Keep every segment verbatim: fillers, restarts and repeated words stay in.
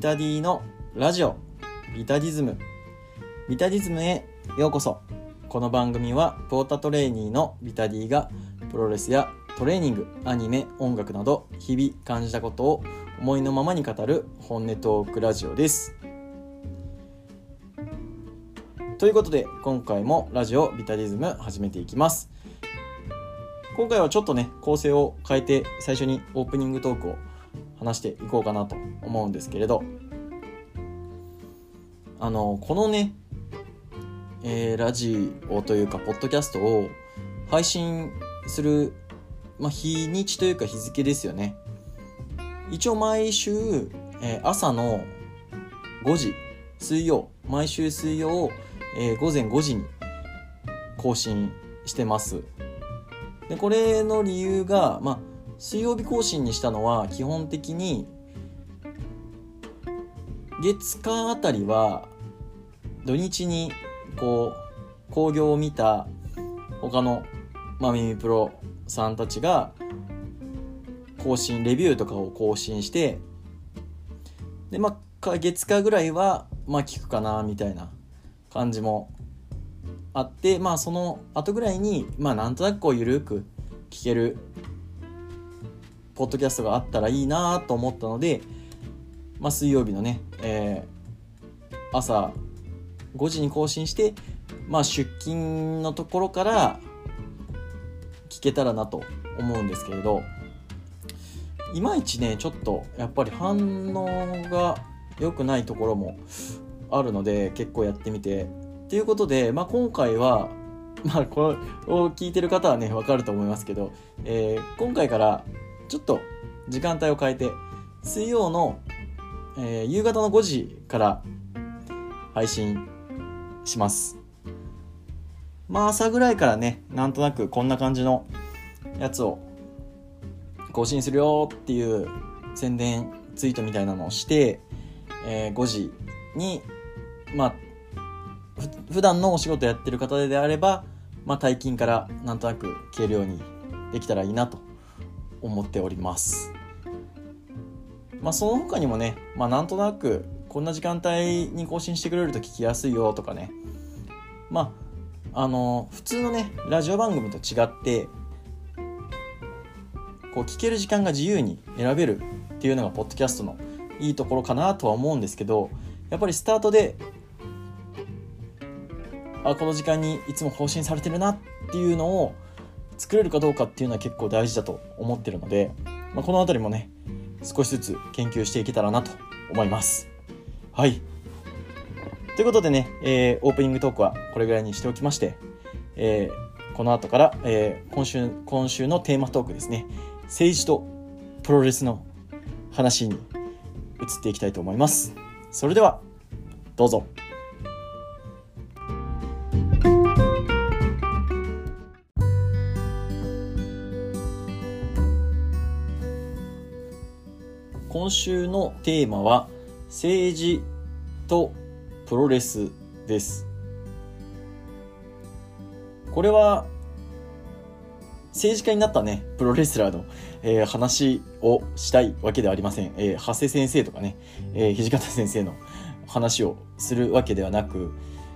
タディのラジオビタディズムビタディズムへようこそ。この番組はポータトレーニーのビタディがプロレスやトレーニング、アニメ、音楽など日々感じたことを思いのままに語る本音トークラジオです。ということで今回もラジオビタディズム始めていきます。今回はちょっとね構成を変えて最初にオープニングトークを話していこうかなと思うんですけれど、あのこのね、えー、ラジオというかポッドキャストを配信する、まあ、日にちというか日付ですよね。一応毎週、えー、朝のごじ水曜毎週水曜、えー、午前ごじに更新してます。でこれの理由が、まあ、水曜日更新にしたのは基本的に月火あたりは土日にこう興行を見た他のまあ耳プロさんたちが更新レビューとかを更新してで、まあ、月火ぐらいはまあ聞くかなみたいな感じもあって、まあその後ぐらいにまあなんとなくこうゆるく聞けるポッドキャストがあったらいいなと思ったので、まあ、水曜日のね、えー、朝ごじに更新して、まあ、出勤のところから聞けたらなと思うんですけれど、いまいちねちょっとやっぱり反応が良くないところもあるので結構やってみてということで、まあ、今回はまあこれを聞いてる方はね分かると思いますけど、えー、今回からちょっと時間帯を変えて水曜の、えー、夕方のごじから配信します。まあ朝ぐらいからねなんとなくこんな感じのやつを更新するよっていう宣伝ツイートみたいなのをして、えー、ごじにまあふ普段のお仕事やってる方であれば、まあ、退勤からなんとなく消えるようにできたらいいなと思っております。まあその他にもね、まあなんとなくこんな時間帯に更新してくれると聞きやすいよとかね、まああの普通のねラジオ番組と違ってこう聞ける時間が自由に選べるっていうのがポッドキャストのいいところかなとは思うんですけど、やっぱりスタートであこの時間にいつも更新されてるなっていうのを作れるかどうかっていうのは結構大事だと思ってるので、まあ、このあたりもね少しずつ研究していけたらなと思います。はいということでね、えー、オープニングトークはこれぐらいにしておきまして、えー、この後から、えー、今週今週のテーマトークですね、政治とプロレスの話に移っていきたいと思います。それではどうぞ。今週のテーマは政治とプロレスです。これは政治家になったねプロレスラーの、えー、話をしたいわけではありません。えー、長谷先生とかね、えー、土方先生の話をするわけではなく、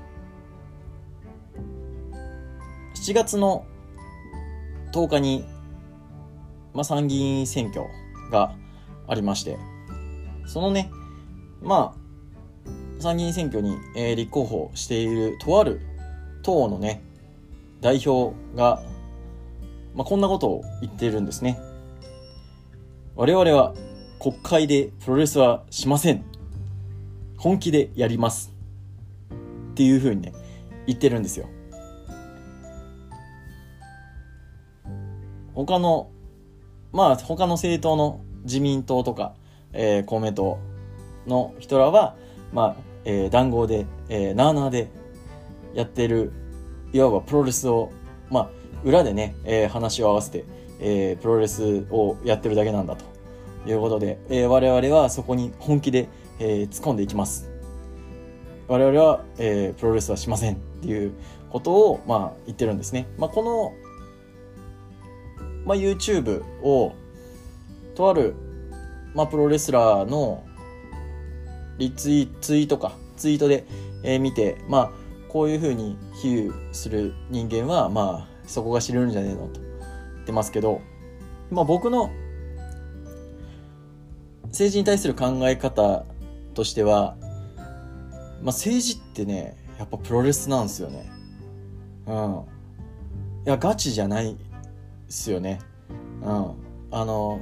しちがつのとおかに、まあ、参議院選挙がありまして、そのねまあ参議院選挙に、えー、立候補しているとある党のね代表が、まあ、こんなことを言っているんですね。我々は国会でプロレスはしません、本気でやりますっていう風にね言ってるんですよ。他のまあ他の政党の自民党とか、えー、公明党の人らは、まあえー、談合で、えー、なあなあでやってるいわばプロレスを、まあ、裏でね、えー、話を合わせて、えー、プロレスをやってるだけなんだということで、えー、我々はそこに本気で、えー、突っ込んでいきます。我々は、えー、プロレスはしませんっていうことを、まあ、言ってるんですね。まあ、この、まあ、YouTube をとある、まあ、プロレスラーのリツイツイートかツイートで、えー、見て、まあこういう風に比喩する人間はまあそこが知れるんじゃねえのと言ってますけど、まあ僕の政治に対する考え方としては、まあ政治ってねやっぱプロレスなんですよね。うん。いやガチじゃないですよね。うん。あの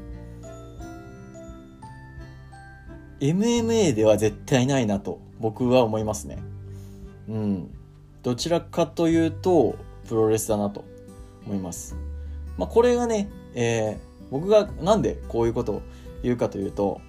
エムエムエー では絶対ないなと僕は思いますね。うん。どちらかというとプロレスだなと思います。まあこれがね、えー、僕がなんでこういうことを言うかというと、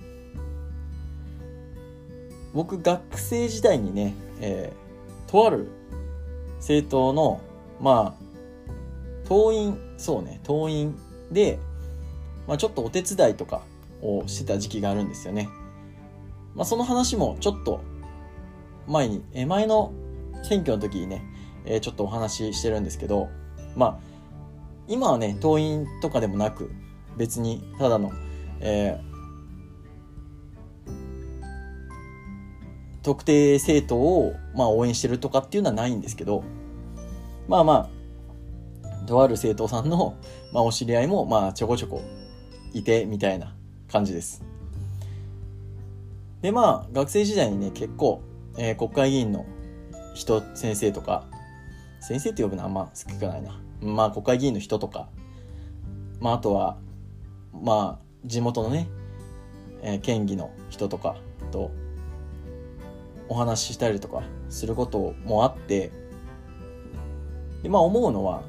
僕学生時代にね、えー、とある政党のまあ党員そうね党員で、まあ、ちょっとお手伝いとかをしてた時期があるんですよね。まあ、その話もちょっと前に、え前の選挙の時にね、えー、ちょっとお話ししてるんですけど、まあ今はね党員とかでもなく別にただの、えー、特定政党を、まあ、応援してるとかっていうのはないんですけど、まあまあとある政党さんの、まあ、お知り合いもまあちょこちょこいてみたいな感じです。でまあ学生時代にね結構、えー、国会議員の人先生とか先生って呼ぶのあんま好きくないな、まあ国会議員の人とか、まああとはまあ地元のね、えー、県議の人とかとお話ししたりとかすることもあって、でまあ思うのは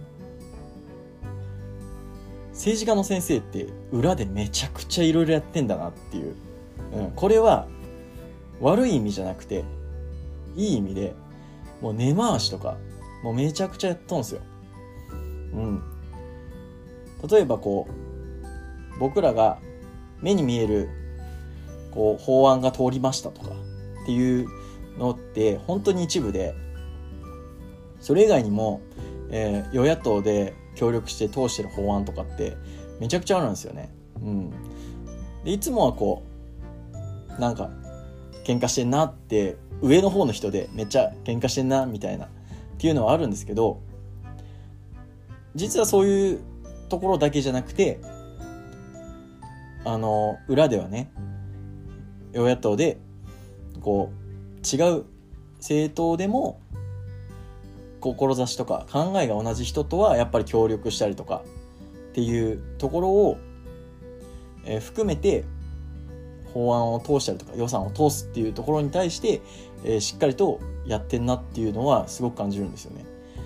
政治家の先生って裏でめちゃくちゃいろいろやってんだなっていう、うん、これは悪い意味じゃなくていい意味でもう根回しとかもうめちゃくちゃやっとんすよ。うん。例えばこう僕らが目に見えるこう法案が通りましたとかっていうのって本当に一部で、それ以外にも、えー、与野党で協力して通してる法案とかってめちゃくちゃあるんですよね。うん。でいつもはこうなんか喧嘩してんなって上の方の人でめっちゃ喧嘩してんなみたいなっていうのはあるんですけど、実はそういうところだけじゃなくて、あの裏ではね与野党でこう違う政党でも志とか考えが同じ人とはやっぱり協力したりとかっていうところを、えー、含めて法案を通したりとか予算を通すっていうところに対して、えー、しっかりとやってんなっていうのはすごく感じるんですよね。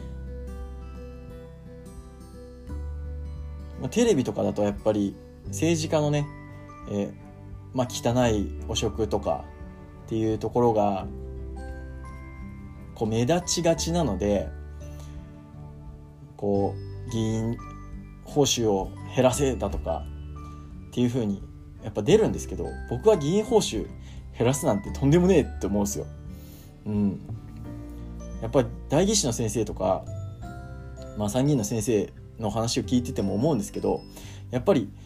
まあ、テレビとかだとやっぱり政治家のね、えー、まあ汚い汚職とかっていうところがこう目立ちがちなので、こう議員報酬を減らせだとかっていう風にやっぱ出るんですけど、僕は議員報酬減らすなんてとんでもねえって思うんですよ。うん。やっぱり代議士の先生とか、まあ参議院の先生の話を聞いてても思うんですけど、やっぱり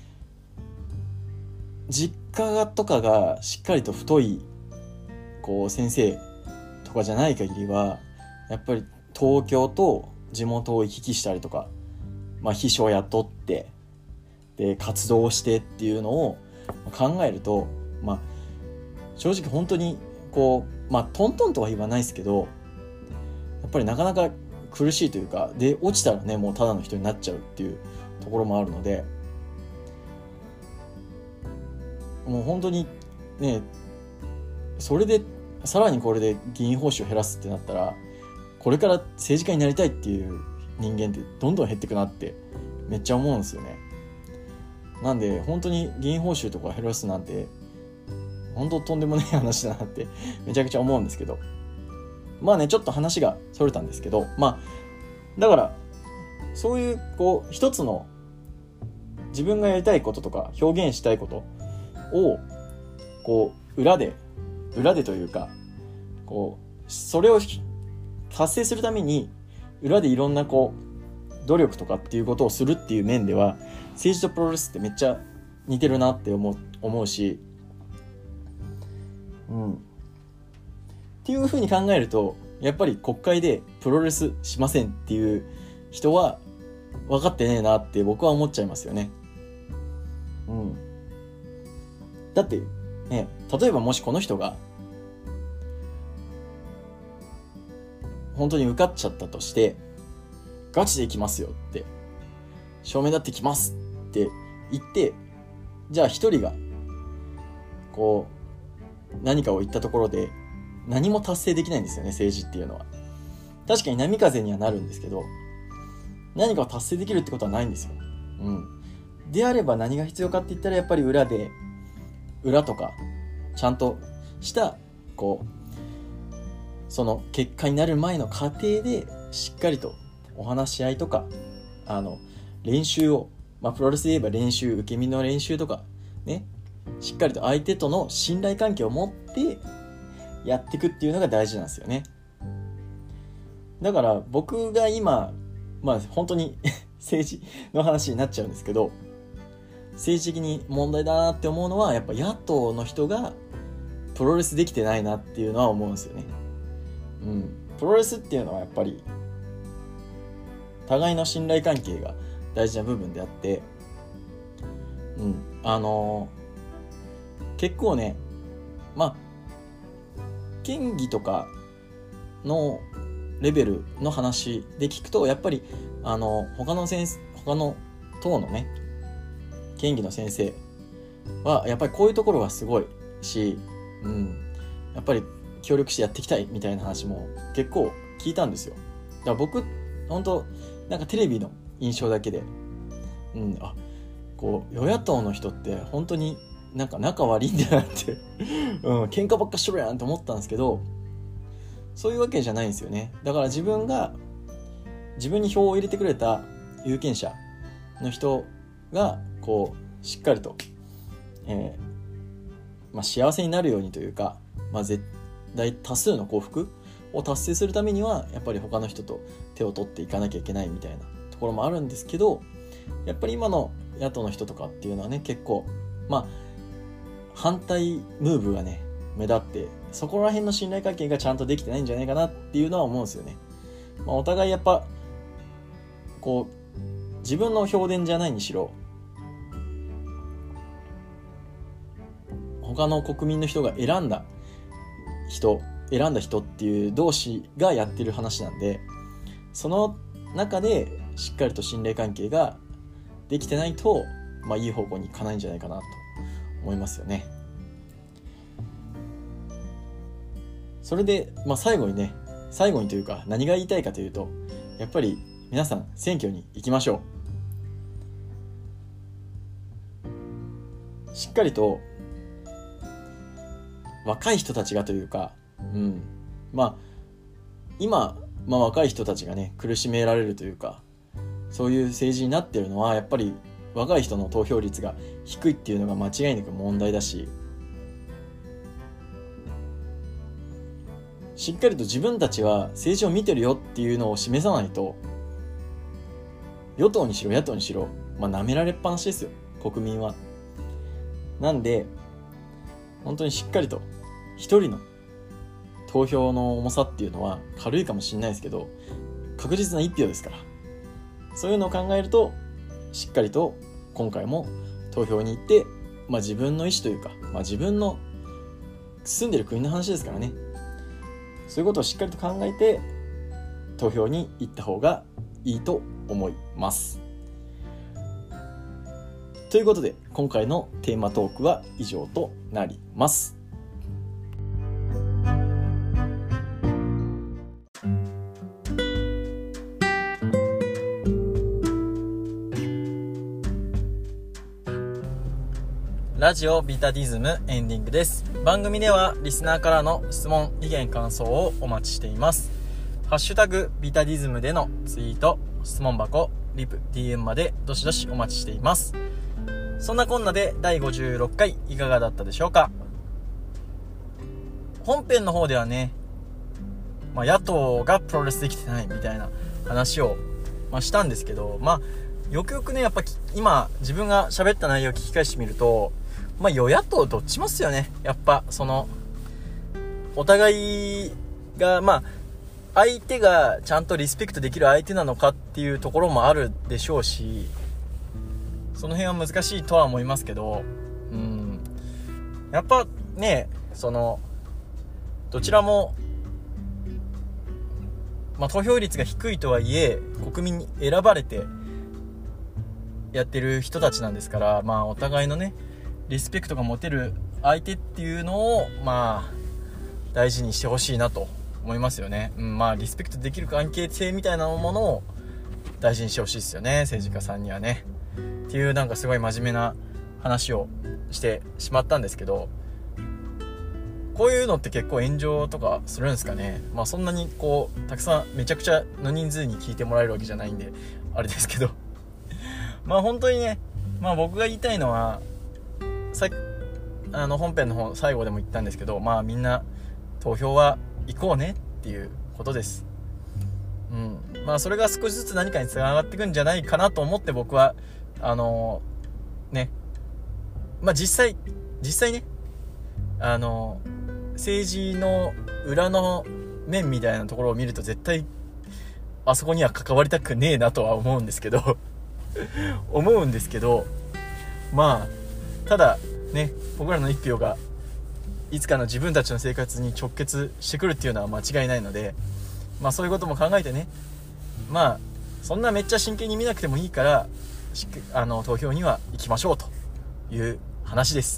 実家とかがしっかりと太いこう先生とかじゃない限りは、やっぱり東京と地元を行き来したりとか、まあ秘書を雇ってで活動をしてっていうのを考えると、まあ正直本当にこうまあトントンとは言わないですけど、やっぱりなかなか苦しいというか、で落ちたらねもうただの人になっちゃうっていうところもあるので、もう本当にねそれでさらにこれで議員報酬を減らすってなったら、これから政治家になりたいっていう人間ってどんどん減っていくなってめっちゃ思うんですよね。なんで本当に議員報酬とか減らすなんて本当とんでもない話だなってめちゃくちゃ思うんですけど、まあねちょっと話がそれたんですけど、まあだからそういうこう一つの自分がやりたいこととか表現したいことをこう裏で裏でというかこうそれを達成するために裏でいろんなこう努力とかっていうことをするっていう面では政治とプロレスってめっちゃ似てるなって思う、思うし、 うんっていう風に考えると、やっぱり国会でプロレスしませんっていう人は分かってねえなって僕は思っちゃいますよね。うん。だってね、例えばもしこの人が本当に受かっちゃったとして、ガチで行きますよって、証明だって来ますって言って、じゃあ一人がこう何かを言ったところで何も達成できないんですよね、政治っていうのは。確かに波風にはなるんですけど、何かを達成できるってことはないんですよ。うん。であれば何が必要かって言ったら、やっぱり裏で裏とかちゃんとしたこうその結果になる前の過程でしっかりとお話し合いとか、あの練習を、まあプロレスで言えば練習、受け身の練習とかね、しっかりと相手との信頼関係を持ってやっていくっていうのが大事なんですよね。だから僕が今まあ本当に政治の話になっちゃうんですけど、政治的に問題だなって思うのは、やっぱ野党の人がプロレスできてないなっていうのは思うんですよね。うん、プロレスっていうのはやっぱり互いの信頼関係が大事な部分であって、うん、あのー、結構ね、まあ県議とかのレベルの話で聞くと、やっぱりあの他の先生他の党のね県議の先生はやっぱりこういうところがすごいし、うん、やっぱり協力してやっていきたいみたいな話も結構聞いたんですよ。だから僕本当なんかテレビの印象だけで、うん、あこう与野党の人って本当になんか仲悪いんだなって、うん、喧嘩ばっかしろやんと思ったんですけど、そういうわけじゃないんですよね。だから自分が自分に票を入れてくれた有権者の人がこうしっかりと、えーまあ、幸せになるようにというか、まあ、絶大多数の幸福を達成するためにはやっぱり他の人と手を取っていかなきゃいけないみたいなところもあるんですけど、やっぱり今の野党の人とかっていうのはね、結構まあ反対ムーブがね目立って、そこら辺の信頼関係がちゃんとできてないんじゃないかなっていうのは思うんですよね。まあ、お互いやっぱこう自分の評伝じゃないにしろ、他の国民の人が選んだ人選んだ人っていう同士がやってる話なんで、その中でしっかりと信頼関係ができてないと、まあいい方向にいかないんじゃないかなと思いますよね。それで、まあ、最後にね最後にというか何が言いたいかというと、やっぱり皆さん選挙に行きましょう。しっかりと若い人たちがというか、うん、まあ今、まあ、若い人たちがね苦しめられるというか、そういう政治になってるのはやっぱり若い人の投票率が低いっていうのが間違いなく問題だし、しっかりと自分たちは政治を見てるよっていうのを示さないと、与党にしろ野党にしろ、まあ、舐められっぱなしですよ国民は。なんで本当にしっかりと一人の投票の重さっていうのは軽いかもしれないですけど、確実な一票ですから、そういうのを考えるとしっかりと今回も投票に行って、まあ、自分の意思というか、まあ、自分の住んでる国の話ですからね、そういうことをしっかりと考えて投票に行った方がいいと思います。ということで今回のテーマトークは以上となります。ラジオビタディズムエンディングです。番組ではリスナーからの質問、意見、感想をお待ちしています。ハッシュタグビタディズムでのツイート、質問箱、リプ、ディーエム までどしどしお待ちしています。そんなこんなでだいごじゅうろっかいいかがだったでしょうか。本編の方ではね、まあ、野党がプロレスできてないみたいな話を、まあ、したんですけど、まあよくよくねやっぱ今自分が喋った内容を聞き返してみると、まあ与野党どっちもっすよね。やっぱそのお互いがまあ相手がちゃんとリスペクトできる相手なのかっていうところもあるでしょうし、その辺は難しいとは思いますけど、うん、やっぱね、そのどちらも、まあ、投票率が低いとはいえ国民に選ばれてやってる人たちなんですから、まあ、お互いのねリスペクトが持てる相手っていうのをまあ大事にしてほしいなと思いますよね、うん、まあリスペクトできる関係性みたいなものを大事にしてほしいですよね、政治家さんにはねっていう、なんかすごい真面目な話をしてしまったんですけど、こういうのって結構炎上とかするんですかね。まあそんなにこうたくさんめちゃくちゃの人数に聞いてもらえるわけじゃないんであれですけどまあ本当にね、まあ僕が言いたいのはさっきあの本編の方最後でも言ったんですけど、まあみんな投票は行こうねっていうことです。うん、まあそれが少しずつ何かにつながっていくんじゃないかなと思って、僕はあのー、ねまあ実際実際ねあのー、政治の裏の面みたいなところを見ると絶対あそこには関わりたくねえなとは思うんですけど思うんですけどまあただね、僕らの一票がいつかの自分たちの生活に直結してくるっていうのは間違いないので、まあそういうことも考えてね、まあそんなめっちゃ真剣に見なくてもいいからあの投票には行きましょうという話です。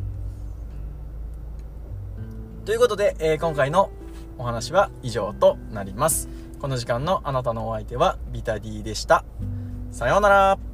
ということで、えー、今回のお話は以上となります。この時間のあなたのお相手はビタディでした。さようなら。